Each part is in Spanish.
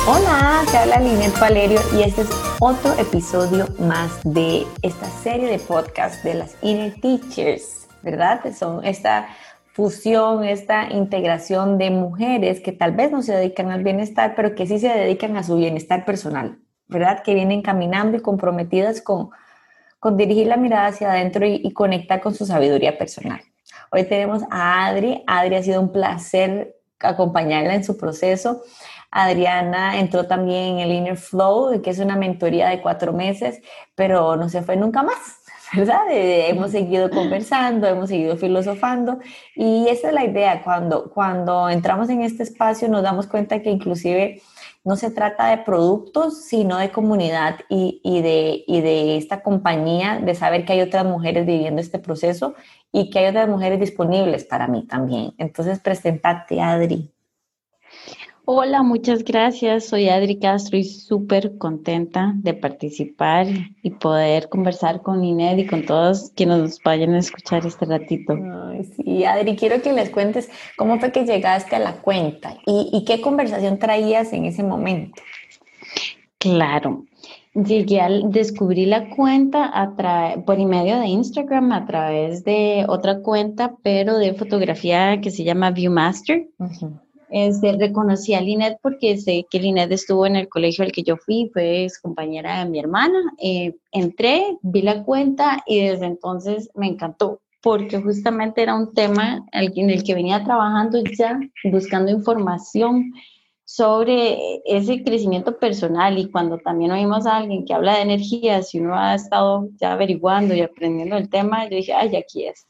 Hola, te habla Linet Valerio y este es otro episodio más de esta serie de podcast de las Inner Teachers, ¿verdad? Son esta fusión, esta integración de mujeres que tal vez no se dedican al bienestar, pero que sí se dedican a su bienestar personal, ¿verdad? Que vienen caminando y comprometidas con dirigir la mirada hacia adentro y conectar con su sabiduría personal. Hoy tenemos a Adri. Adri, ha sido un placer acompañarla en su proceso. Adriana entró también en el Inner Flow, que es una mentoría de 4 meses, pero no se fue nunca más, ¿verdad? Hemos seguido conversando, hemos seguido filosofando y esa es la idea. Cuando entramos en este espacio nos damos cuenta que inclusive no se trata de productos, sino de comunidad y de esta compañía, de saber que hay otras mujeres viviendo este proceso y que hay otras mujeres disponibles para mí también. Entonces, presentate, Adri. Hola, muchas gracias. Soy Adri Castro y súper contenta de participar y poder conversar con Inés y con todos quienes nos vayan a escuchar este ratito. Ay, sí, Adri, quiero que les cuentes cómo fue que llegaste a la cuenta y qué conversación traías en ese momento. Claro, descubrí la cuenta por medio de Instagram a través de otra cuenta, pero de fotografía que se llama Viewmaster. Ujú. Reconocí a Linet porque sé que Linet estuvo en el colegio al que yo fui, fue ex compañera de mi hermana. Entré, vi la cuenta y desde entonces me encantó, porque justamente era un tema en el que venía trabajando ya, buscando información sobre ese crecimiento personal y cuando también oímos a alguien que habla de energías y uno ha estado ya averiguando y aprendiendo el tema, yo dije, ay, aquí es,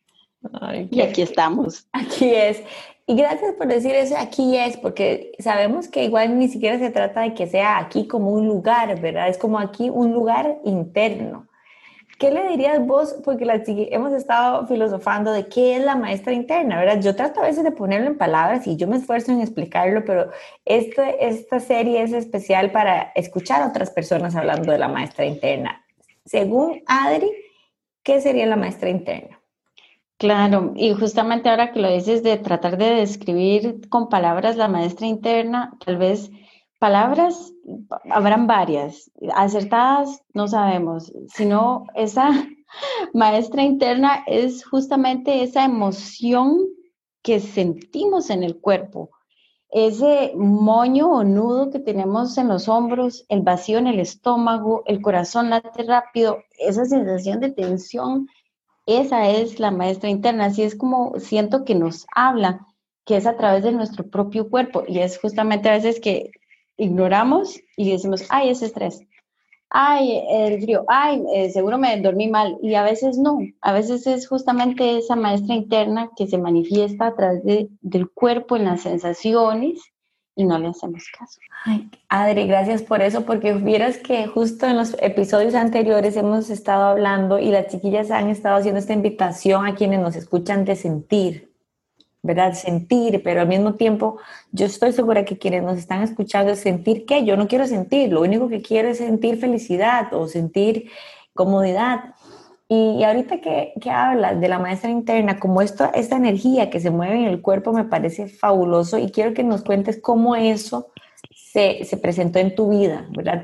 Ay, y aquí estamos. aquí es. Y gracias por decir eso, aquí es, porque sabemos que igual ni siquiera se trata de que sea aquí como un lugar, ¿verdad? Es como aquí un lugar interno. ¿Qué le dirías vos? Porque hemos estado filosofando de qué es la maestra interna, ¿verdad? Yo trato a veces de ponerlo en palabras y yo me esfuerzo en explicarlo, pero esta serie es especial para escuchar a otras personas hablando de la maestra interna. Según Adri, ¿qué sería la maestra interna? Claro, y justamente ahora que lo dices de tratar de describir con palabras la maestra interna, tal vez palabras habrán varias, acertadas no sabemos, sino esa maestra interna es justamente esa emoción que sentimos en el cuerpo, ese moño o nudo que tenemos en los hombros, el vacío en el estómago, el corazón late rápido, esa sensación de tensión. Esa es la maestra interna, así es como siento que nos habla, que es a través de nuestro propio cuerpo y es justamente a veces que ignoramos y decimos, ay, es estrés, ay, el frío, ay, seguro me dormí mal y a veces no, a veces es justamente esa maestra interna que se manifiesta a través del cuerpo en las sensaciones y no le hacemos caso. Ay, Adri, gracias por eso, porque vieras que justo en los episodios anteriores hemos estado hablando y las chiquillas han estado haciendo esta invitación a quienes nos escuchan de sentir. ¿Verdad? Sentir, pero al mismo tiempo yo estoy segura que quienes nos están escuchando es sentir que yo no quiero sentir, lo único que quiero es sentir felicidad o sentir comodidad. Y ahorita que hablas de la maestra interna, como esta energía que se mueve en el cuerpo me parece fabuloso y quiero que nos cuentes cómo eso se presentó en tu vida, ¿verdad?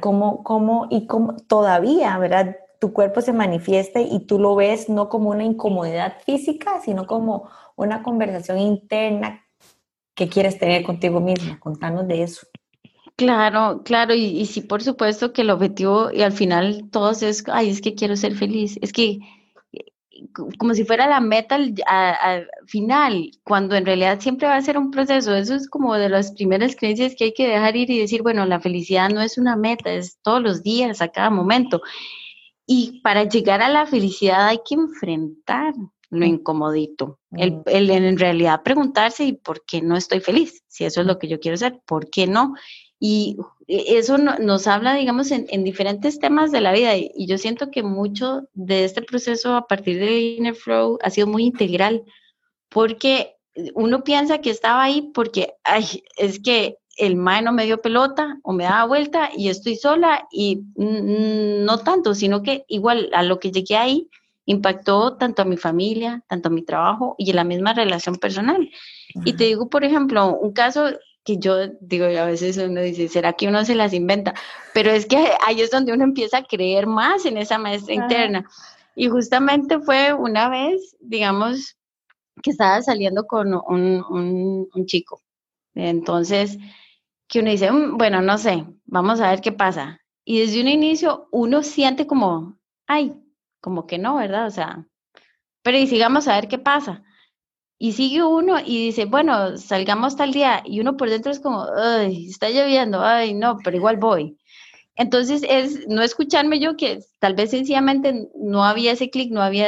Cómo todavía, ¿verdad? Tu cuerpo se manifiesta y tú lo ves no como una incomodidad física, sino como una conversación interna que quieres tener contigo misma. Contanos de eso. Claro, claro, y sí, por supuesto que el objetivo y al final todos es, ay, es que quiero ser feliz, es que como si fuera la meta al final, cuando en realidad siempre va a ser un proceso, eso es como de las primeras creencias que hay que dejar ir y decir, bueno, la felicidad no es una meta, es todos los días, a cada momento, y para llegar a la felicidad hay que enfrentar lo Mm, incomodito. mm, En realidad preguntarse, ¿y por qué no estoy feliz? Si eso es lo que yo quiero ser, ¿por qué no? Y eso nos habla, digamos, en diferentes temas de la vida. Y yo siento que mucho de este proceso a partir del Inner Flow ha sido muy integral, porque uno piensa que estaba ahí porque, ay, es que el mae no me dio pelota o me daba vuelta y estoy sola y no tanto, sino que igual a lo que llegué ahí impactó tanto a mi familia, tanto a mi trabajo y a la misma relación personal. Y te mm, digo, por ejemplo, un caso que yo digo, a veces uno dice, ¿será que uno se las inventa? Pero es que ahí es donde uno empieza a creer más en esa maestra interna. Y justamente fue una vez, digamos, que estaba saliendo con un chico. Entonces, que uno dice, bueno, no sé, vamos a ver qué pasa. Y desde un inicio uno siente como, ay, como que no, ¿verdad? O sea, pero y sigamos a ver qué pasa. Y sigue uno y dice, bueno, salgamos tal día. Y uno por dentro es como, ay, está lloviendo, ay, no, pero igual voy. Entonces es no escucharme yo que tal vez sencillamente no había ese clic, no había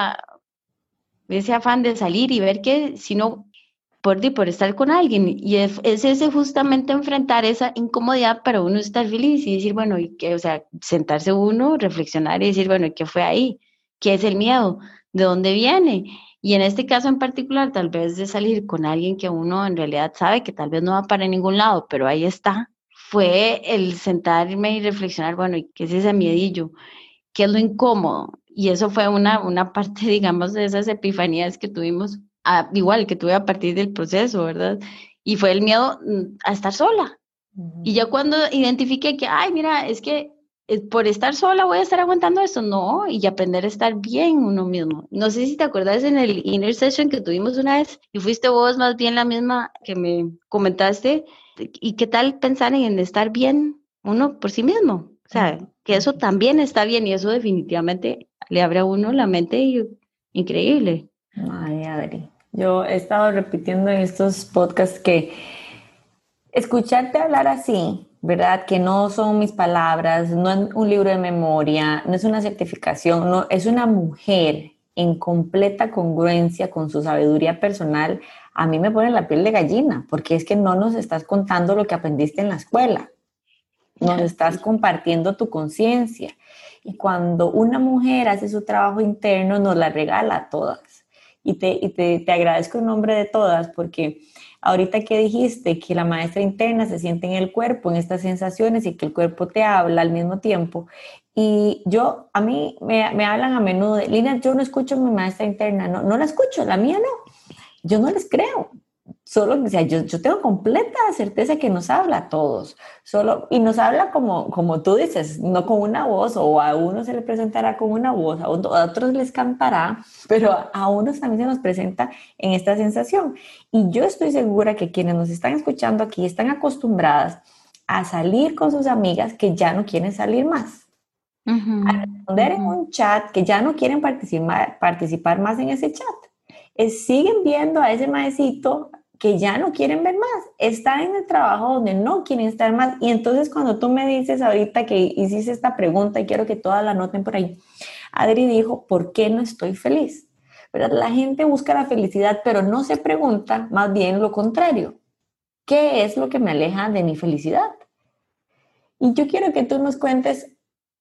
ese afán de salir y ver que, sino por estar con alguien. Y es ese justamente enfrentar esa incomodidad para uno estar feliz y decir, bueno, y que, o sea, sentarse uno, reflexionar y decir, bueno, ¿y qué fue ahí? ¿Qué es el miedo? ¿De dónde viene? Y en este caso en particular, tal vez de salir con alguien que uno en realidad sabe que tal vez no va para ningún lado, pero ahí está, fue el sentarme y reflexionar, bueno, ¿y qué es ese miedillo? ¿Qué es lo incómodo? Y eso fue una parte, digamos, de esas epifanías que tuvimos, igual que tuve a partir del proceso, ¿verdad? Y fue el miedo a estar sola. Y ya cuando identifiqué que, ay, mira, es que por estar sola voy a estar aguantando esto, no, y aprender a estar bien uno mismo. No sé si te acuerdas en el inner session que tuvimos una vez y fuiste vos más bien la misma que me comentaste, y qué tal pensar en estar bien uno por sí mismo. O sea, que eso también está bien y eso definitivamente le abre a uno la mente increíble. Ay, Adri, yo he estado repitiendo en estos podcasts que escucharte hablar así, ¿verdad? Que no son mis palabras, no es un libro de memoria, no es una certificación, no, es una mujer en completa congruencia con su sabiduría personal. A mí me pone la piel de gallina, porque es que no nos estás contando lo que aprendiste en la escuela, nos estás Sí. compartiendo tu conciencia. Y cuando una mujer hace su trabajo interno, nos la regala a todas. Te agradezco en nombre de todas, porque ahorita que dijiste que la maestra interna se siente en el cuerpo, en estas sensaciones y que el cuerpo te habla al mismo tiempo. Y a mí me hablan a menudo de, Lina, yo no escucho a mi maestra interna, no, no la escucho, la mía no. Yo no les creo. Solo, o sea, yo tengo completa certeza que nos habla a todos, solo, y nos habla como tú dices, no con una voz, o a uno se le presentará con una voz, a otros les cantará, pero a unos también se nos presenta en esta sensación. Y yo estoy segura que quienes nos están escuchando aquí están acostumbradas a salir con sus amigas que ya no quieren salir más, a Ujú, responder en ujú. un chat que ya no quieren participar más en ese chat. Siguen viendo a ese maecito que ya no quieren ver más, están en el trabajo donde no quieren estar más. Y entonces cuando tú me dices ahorita que hiciste esta pregunta, y quiero que todas la noten por ahí, Adri dijo, ¿por qué no estoy feliz? ¿Verdad? La gente busca la felicidad, pero no se pregunta más bien lo contrario. ¿Qué es lo que me aleja de mi felicidad? Y yo quiero que tú nos cuentes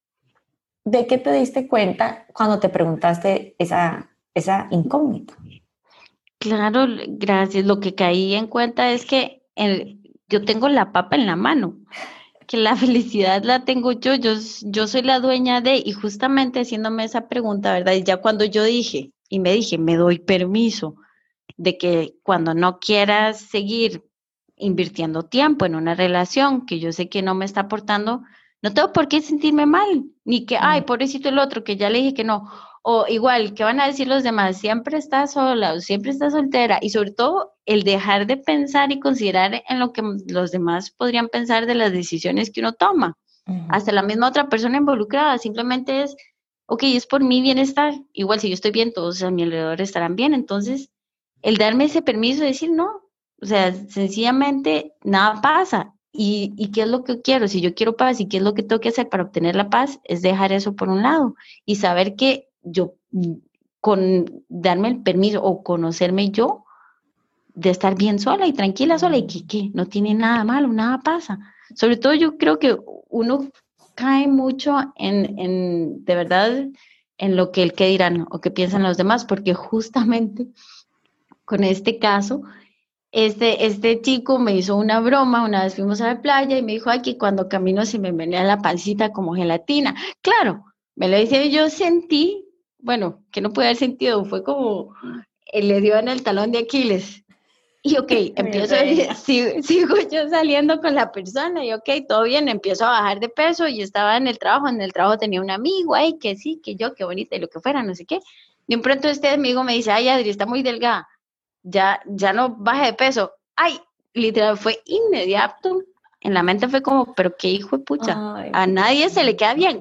de qué te diste cuenta cuando te preguntaste esa incógnita. Claro, gracias. Lo que caí en cuenta es que yo tengo la papa en la mano, que la felicidad la tengo yo soy la dueña de, y justamente haciéndome esa pregunta, ¿verdad? Y ya cuando yo dije, y me dije, me doy permiso de que cuando no quieras seguir invirtiendo tiempo en una relación que yo sé que no me está aportando, no tengo por qué sentirme mal, ni que, ay, pobrecito el otro, que ya le dije que no, o igual, ¿qué van a decir los demás? Siempre estás sola o siempre estás soltera, y sobre todo el dejar de pensar y considerar en lo que los demás podrían pensar de las decisiones que uno toma. Uh-huh. Hasta la misma otra persona involucrada, simplemente es, ok, es por mi bienestar, igual si yo estoy bien, todos a mi alrededor estarán bien, entonces el darme ese permiso de decir no, o sea, sencillamente nada pasa. ¿Y qué es lo que quiero? Si yo quiero paz, ¿y qué es lo que tengo que hacer para obtener la paz? Es dejar eso por un lado y saber que yo, con darme el permiso o conocerme yo, de estar bien sola y tranquila sola y que no tiene nada malo, nada pasa. Sobre todo yo creo que uno cae mucho de verdad, en lo que el que dirán o que piensan los demás, porque justamente con este caso, este chico me hizo una broma, una vez fuimos a la playa y me dijo, ay, que cuando camino se me venía la pancita como gelatina. Claro, me lo dice y yo sentí, bueno, que no pude haber sentido, fue como le dio en el talón de Aquiles. Y ok, empiezo, sigo yo saliendo con la persona y ok, todo bien, empiezo a bajar de peso y estaba en el trabajo tenía un amigo, ay, que sí, que yo, qué bonita y lo que fuera, no sé qué. De un pronto este amigo me dice, ay, Adri, está muy delgada, ya no baje de peso. Ay, literal, fue inmediato, en la mente fue como, pero qué hijo de pucha, Ay, a nadie se le queda bien.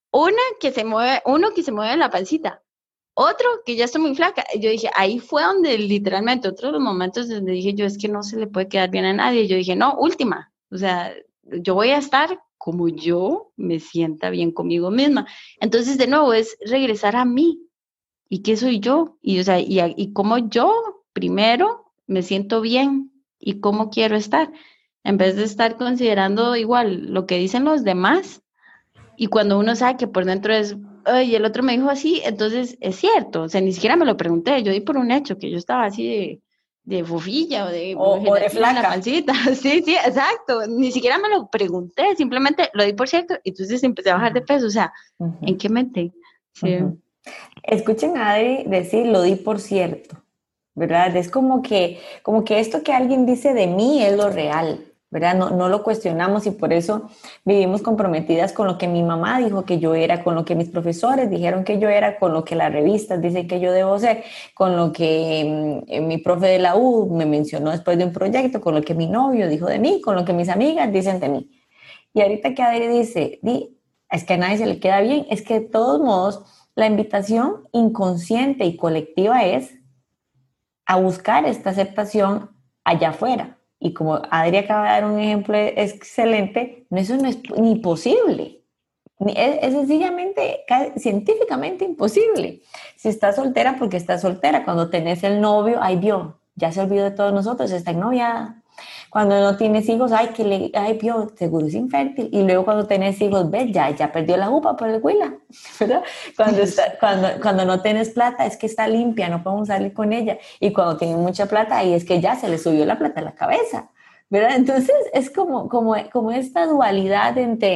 Uno que se mueve la pancita, otro que ya estoy muy flaca. Yo dije, ahí fue donde literalmente, otro de los momentos donde dije yo, es que no se le puede quedar bien a nadie. Yo dije, no, última, o sea, yo voy a estar como yo me sienta bien conmigo misma. Entonces, de nuevo, es regresar a mí. ¿Y qué soy yo? Y, o sea, y cómo yo primero me siento bien y cómo quiero estar, en vez de estar considerando igual lo que dicen los demás y cuando uno sabe que por dentro es, ay, el otro me dijo así, entonces es cierto, o sea, ni siquiera me lo pregunté, yo di por un hecho que yo estaba así de fofilla o de o de gelatina en la flaca. pancita, sí, sí, exacto, ni siquiera me lo pregunté, simplemente lo di por cierto y entonces empecé a bajar de peso, o sea, ¿en Ujú, qué mente? Sí. ujú. Escuchen a Adri decir, lo di por cierto, ¿verdad? Es como que esto que alguien dice de mí es lo real, ¿verdad? No, no lo cuestionamos y por eso vivimos comprometidas con lo que mi mamá dijo que yo era, con lo que mis profesores dijeron que yo era, con lo que las revistas dicen que yo debo ser, con lo que mi profe de la U me mencionó después de un proyecto, con lo que mi novio dijo de mí, con lo que mis amigas dicen de mí. Y ahorita que Adri dice, es que a nadie se le queda bien, es que de todos modos la invitación inconsciente y colectiva es a buscar esta aceptación allá afuera. Y como Adri acaba de dar un ejemplo excelente, eso no es ni posible. Es sencillamente, científicamente imposible. Si estás soltera, porque estás soltera. Cuando tenés el novio, ay, vio, ya se olvidó de todos nosotros, está ennoviada. Cuando no tienes hijos, ay, vio, seguro es infértil. Y luego cuando tenés hijos, ves, ya perdió la upa por el huila, ¿verdad? Cuando no tienes plata, es que está limpia, no podemos salir con ella. Y cuando tienes mucha plata, ahí es que ya se le subió la plata a la cabeza, ¿verdad? Entonces es como esta dualidad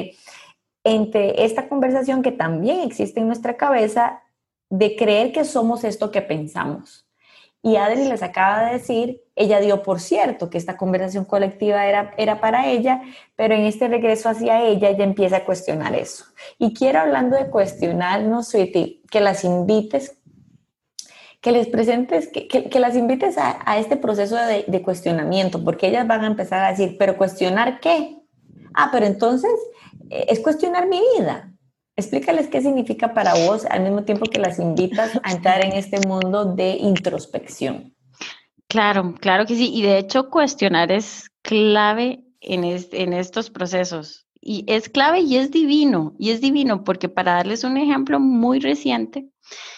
entre esta conversación que también existe en nuestra cabeza de creer que somos esto que pensamos. Y Adri les acaba de decir, ella dio por cierto que esta conversación colectiva era para ella, pero en este regreso hacia ella, ella empieza a cuestionar eso. Y quiero, hablando de cuestionar, no, Sweetie, que las invites, que les presentes, que las invites a este proceso de cuestionamiento, porque ellas van a empezar a decir, pero ¿cuestionar qué? Ah, pero entonces es cuestionar mi vida. Explícales qué significa para vos al mismo tiempo que las invitas a entrar en este mundo de introspección. Claro, claro que sí. Y de hecho, cuestionar es clave en estos procesos. Y es clave y es divino, porque para darles un ejemplo muy reciente,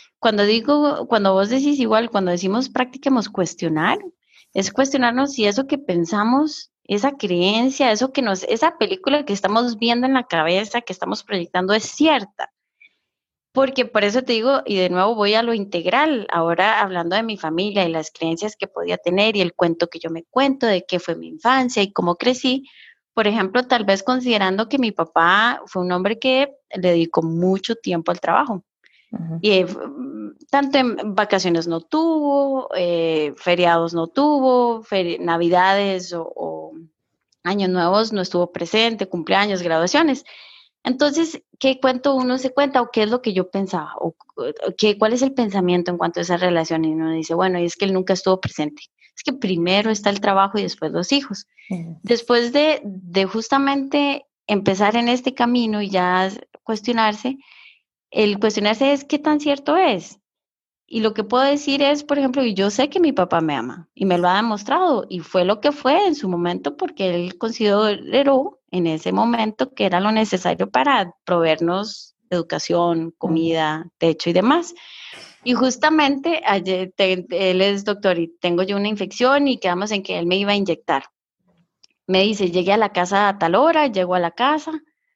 cuando vos decís igual, cuando decimos practiquemos cuestionar, es cuestionarnos si eso que pensamos, esa creencia, esa película que estamos viendo en la cabeza, que estamos proyectando, es cierta. Porque por eso te digo, y de nuevo voy a lo integral, ahora hablando de mi familia y las creencias que podía tener y el cuento que yo me cuento de qué fue mi infancia y cómo crecí. Por ejemplo, tal vez considerando que mi papá fue un hombre que le dedicó mucho tiempo al trabajo. Ujú. Y tanto en vacaciones no tuvo, feriados no tuvo, navidades o años nuevos no estuvo presente, cumpleaños, graduaciones. Entonces, ¿qué cuento uno se cuenta o qué es lo que yo pensaba? ¿Cuál es el pensamiento en cuanto a esa relación? Y uno dice, bueno, y es que él nunca estuvo presente. Es que primero está el trabajo y después los hijos. Ujú. Después de justamente empezar en este camino y ya cuestionarse, el cuestionarse es qué tan cierto es. Y lo que puedo decir es, por ejemplo, y yo sé que mi papá me ama y me lo ha demostrado y fue lo que fue en su momento porque él consideró en ese momento que era lo necesario para proveernos educación, Ujú. comida, techo y demás. Y justamente ayer, él es doctor y tengo yo una infección y quedamos en que él me iba a inyectar. Me dice, llegué a la casa a tal hora, llego a la casa,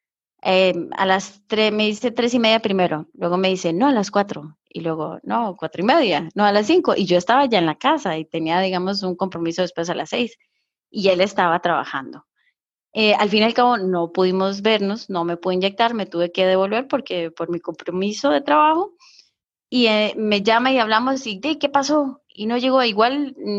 a las 3, me dice 3:30 primero, luego me dice, no, a las 4, y luego, no, 4:30, no, a las 5, y yo estaba ya en la casa y tenía, digamos, un compromiso después a las 6, y él estaba trabajando. Al fin y al cabo no pudimos vernos, no me pude inyectar, me tuve que devolver porque por mi compromiso de trabajo, y me llama y hablamos, y, ¿qué pasó? Y no llegó, igual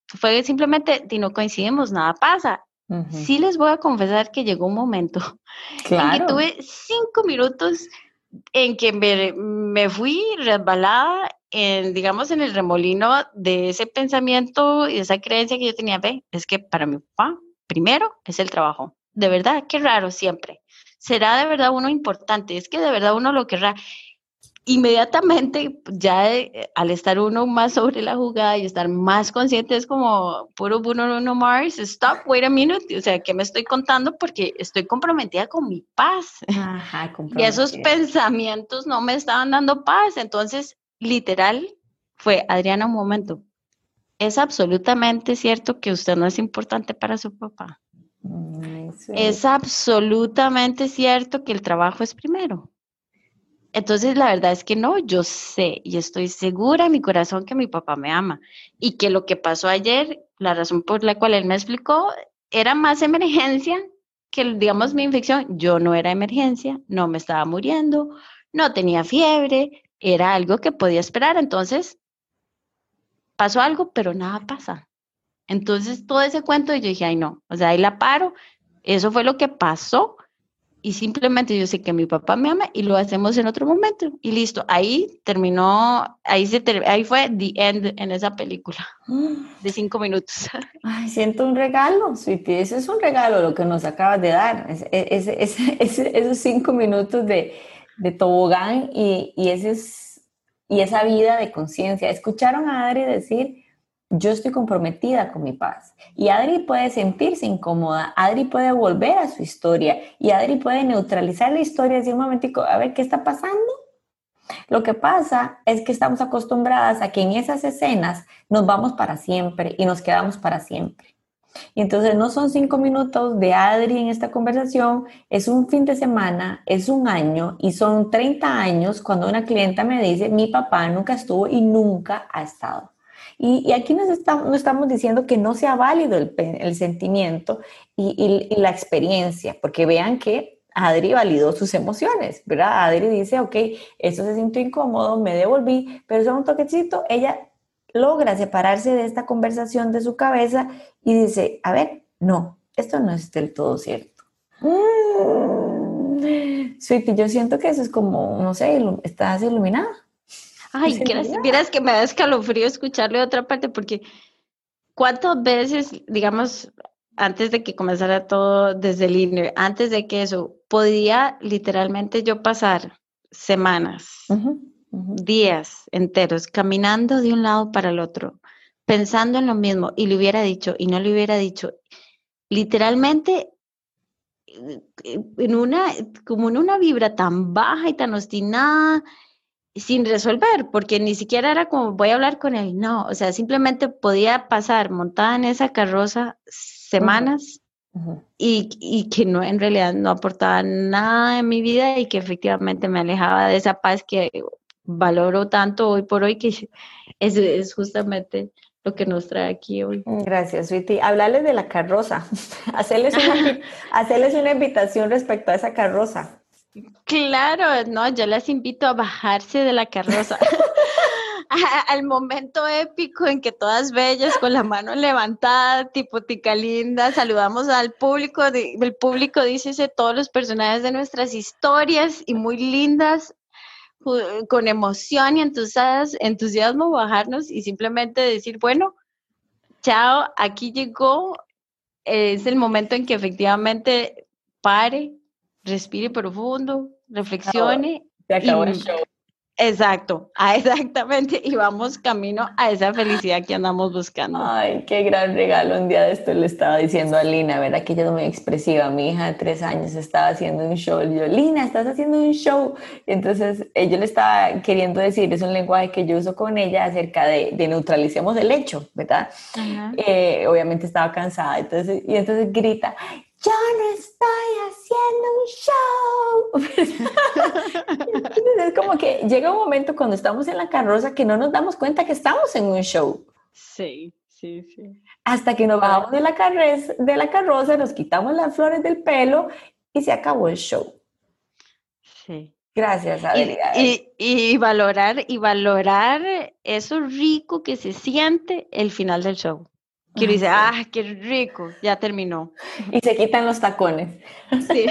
fue simplemente, si no coincidimos, nada pasa. Sí les voy a confesar que llegó un momento en que Claro. tuve 5 minutos en que me fui resbalada en, digamos, en el remolino de ese pensamiento y esa creencia que yo tenía, ve, es que para mi papá, primero es el trabajo. De verdad, qué raro siempre. ¿Será de verdad uno importante? Es que de verdad uno lo querrá. Inmediatamente, ya al estar uno más sobre la jugada y estar más consciente, es como puro Bruno Mars, stop, wait a minute, o sea, ¿qué me estoy contando? Porque estoy comprometida con mi paz. Ajá, Y esos comprometida. pensamientos no me estaban dando paz. Entonces, literal, fue, Adriana, un momento. ¿Es absolutamente cierto que usted no es importante para su papá? Ay, sí. ¿Es absolutamente cierto que el trabajo es primero? Entonces, la verdad es que no, yo sé y estoy segura en mi corazón que mi papá me ama y que lo que pasó ayer, la razón por la cual él me explicó, era más emergencia que, digamos, mi infección. Yo no era emergencia, no me estaba muriendo, no tenía fiebre, era algo que podía esperar. Entonces, pasó algo, pero nada pasa. Entonces, todo ese cuento, yo dije, ay, no, o sea, ahí la paro. Eso fue lo que pasó y simplemente yo sé que mi papá me ama y lo hacemos en otro momento y listo. Ahí terminó, ahí fue the end en esa película de 5 minutos. Ay, siento un regalo, Sweetie. Ese es un regalo lo que nos acabas de dar. Esos 5 minutos de tobogán y esa vida de conciencia. Escucharon a Adri decir, yo estoy comprometida con mi paz. Y Adri puede sentirse incómoda, Adri puede volver a su historia y Adri puede neutralizar la historia y decir un momentico, a ver, ¿qué está pasando? Lo que pasa es que estamos acostumbradas a que en esas escenas nos vamos para siempre y nos quedamos para siempre. Y entonces no son 5 minutos de Adri en esta conversación, es un fin de semana, es un año y son 30 años cuando una clienta me dice, mi papá nunca estuvo y nunca ha estado. Y aquí no estamos diciendo que no sea válido el sentimiento y la experiencia, porque vean que Adri validó sus emociones, ¿verdad? Adri dice, ok, esto se sintió incómodo, me devolví, pero es un toquecito, ella logra separarse de esta conversación de su cabeza y dice, a ver, no, esto no es del todo cierto. Sweetie, yo siento que eso es como, no sé, estás iluminada. Ay, vieras que me da escalofrío escucharle otra parte porque cuántas veces, digamos, antes de que comenzara todo desde el INE, antes de que eso, podía literalmente yo pasar semanas, días enteros, caminando de un lado para el otro, pensando en lo mismo, y le hubiera dicho, y no le hubiera dicho, literalmente como en una vibra tan baja y tan obstinada, sin resolver, porque ni siquiera era como voy a hablar con él, no, o sea, simplemente podía pasar montada en esa carroza semanas y que no, en realidad no aportaba nada en mi vida y que efectivamente me alejaba de esa paz que valoro tanto hoy por hoy, que es justamente lo que nos trae aquí hoy. Gracias, Sweetie. Hablarles de la carroza, hacerles una invitación respecto a esa carroza. Claro, no, yo las invito a bajarse de la carroza. Al momento épico en que todas bellas con la mano levantada, tipo tica linda, saludamos al público, el público dice todos los personajes de nuestras historias y muy lindas, con emoción y entusiasmo bajarnos y simplemente decir, bueno, chao, aquí llegó, es el momento en que efectivamente pare, respire profundo, reflexione Se acabó el y show. exacto, exactamente, y vamos camino a esa felicidad que andamos buscando. Ay, qué gran regalo. Un día de esto le estaba diciendo a Lina, ¿verdad? Que ella es muy expresiva. Mi hija de 3 años estaba haciendo un show. Y yo, Lina, estás haciendo un show. Y entonces yo le estaba queriendo decir, es un lenguaje que yo uso con ella acerca de neutralicemos el hecho, ¿verdad? Ajá. Obviamente estaba cansada. Y entonces grita, yo no estoy haciendo un show. Entonces es como que llega un momento cuando estamos en la carroza que no nos damos cuenta que estamos en un show. Sí, sí, sí. Hasta que nos bajamos de la carroza, nos quitamos las flores del pelo y se acabó el show. Sí. Gracias, Y, Adrián. y, y valorar eso rico que se siente el final del show. que uno dice, qué rico, ya terminó. Y se quitan los tacones. Sí.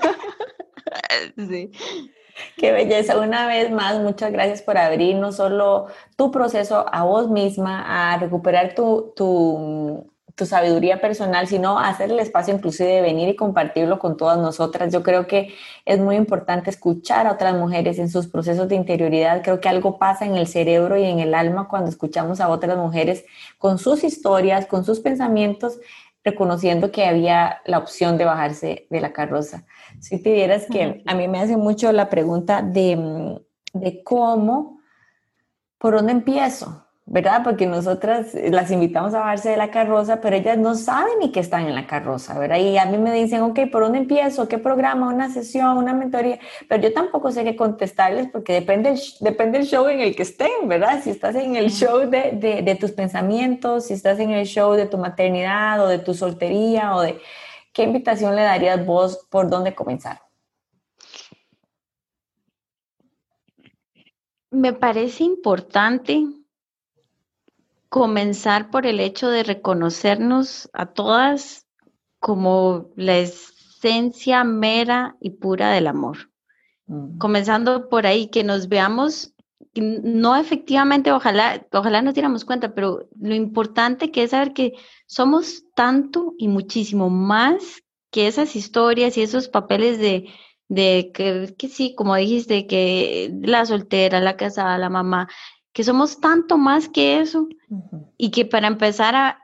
Sí. Qué belleza. Una vez más, muchas gracias por abrir no solo tu proceso a vos misma, a recuperar tu sabiduría personal, sino a hacer el espacio inclusive de venir y compartirlo con todas nosotras. Yo creo que es muy importante escuchar a otras mujeres en sus procesos de interioridad. Creo que algo pasa en el cerebro y en el alma cuando escuchamos a otras mujeres con sus historias, con sus pensamientos, reconociendo que había la opción de bajarse de la carroza. Si te vieras que a mí me hace mucho la pregunta de cómo, por dónde empiezo, ¿verdad? Porque nosotras las invitamos a bajarse de la carroza, pero ellas no saben ni que están en la carroza, ¿verdad? Y a mí me dicen, ok, ¿por dónde empiezo? ¿Qué programa? ¿Una sesión? ¿Una mentoría? Pero yo tampoco sé qué contestarles porque depende el show en el que estén, ¿verdad? Si estás en el show de tus pensamientos, si estás en el show de tu maternidad o de tu soltería o de... ¿Qué invitación le darías vos por dónde comenzar? Me parece importante comenzar por el hecho de reconocernos a todas como la esencia mera y pura del amor. Comenzando por ahí, que nos veamos, no efectivamente, ojalá nos diéramos cuenta, pero lo importante que es saber que somos tanto y muchísimo más que esas historias y esos papeles de que sí, como dijiste, que la soltera, la casada, la mamá, que somos tanto más que eso y que para empezar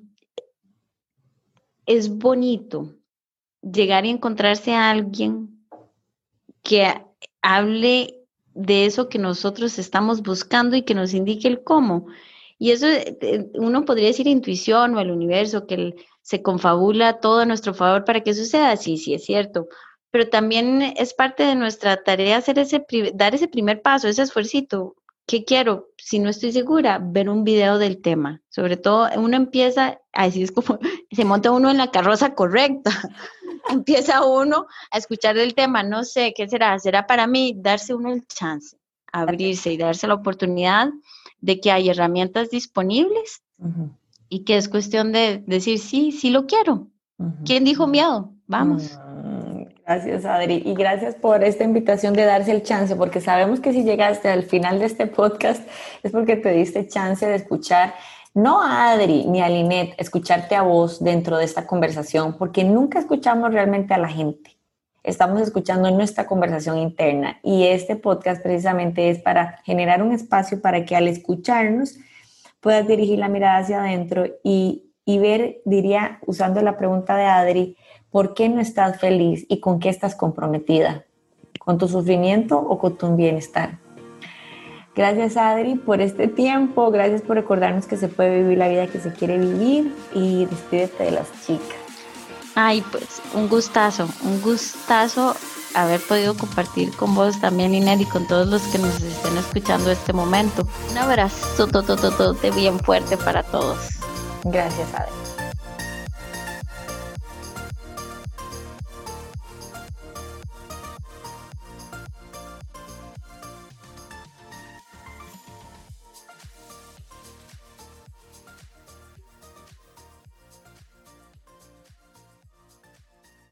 es bonito llegar y encontrarse a alguien que hable de eso que nosotros estamos buscando y que nos indique el cómo. Y eso uno podría decir intuición o el universo, que se confabula todo a nuestro favor para que suceda. Sí, sí, es cierto. Pero también es parte de nuestra tarea dar ese primer paso, ese esfuercito. ¿Qué quiero? Si no estoy segura, ver un video del tema. Sobre todo, uno empieza, así es como se monta uno en la carroza correcta. Empieza uno a escuchar del tema, no sé, ¿qué será? ¿Será para mí darse uno el chance, abrirse y darse la oportunidad de que hay herramientas disponibles y que es cuestión de decir, sí, sí lo quiero? ¿Quién dijo miedo? Vamos. Gracias, Adri, y gracias por esta invitación de darse el chance, porque sabemos que si llegaste al final de este podcast es porque te diste chance de escuchar no a Adri ni a Linet, escucharte a vos dentro de esta conversación, porque nunca escuchamos realmente a la gente. Estamos escuchando nuestra conversación interna y este podcast precisamente es para generar un espacio para que al escucharnos puedas dirigir la mirada hacia adentro y ver, diría, usando la pregunta de Adri, ¿por qué no estás feliz y con qué estás comprometida? ¿Con tu sufrimiento o con tu bienestar? Gracias, Adri, por este tiempo. Gracias por recordarnos que se puede vivir la vida que se quiere vivir y despídete de las chicas. Ay, pues un gustazo haber podido compartir con vos también, Linet, y con todos los que nos estén escuchando este momento. Un abrazo bien fuerte para todos. Gracias, Adri.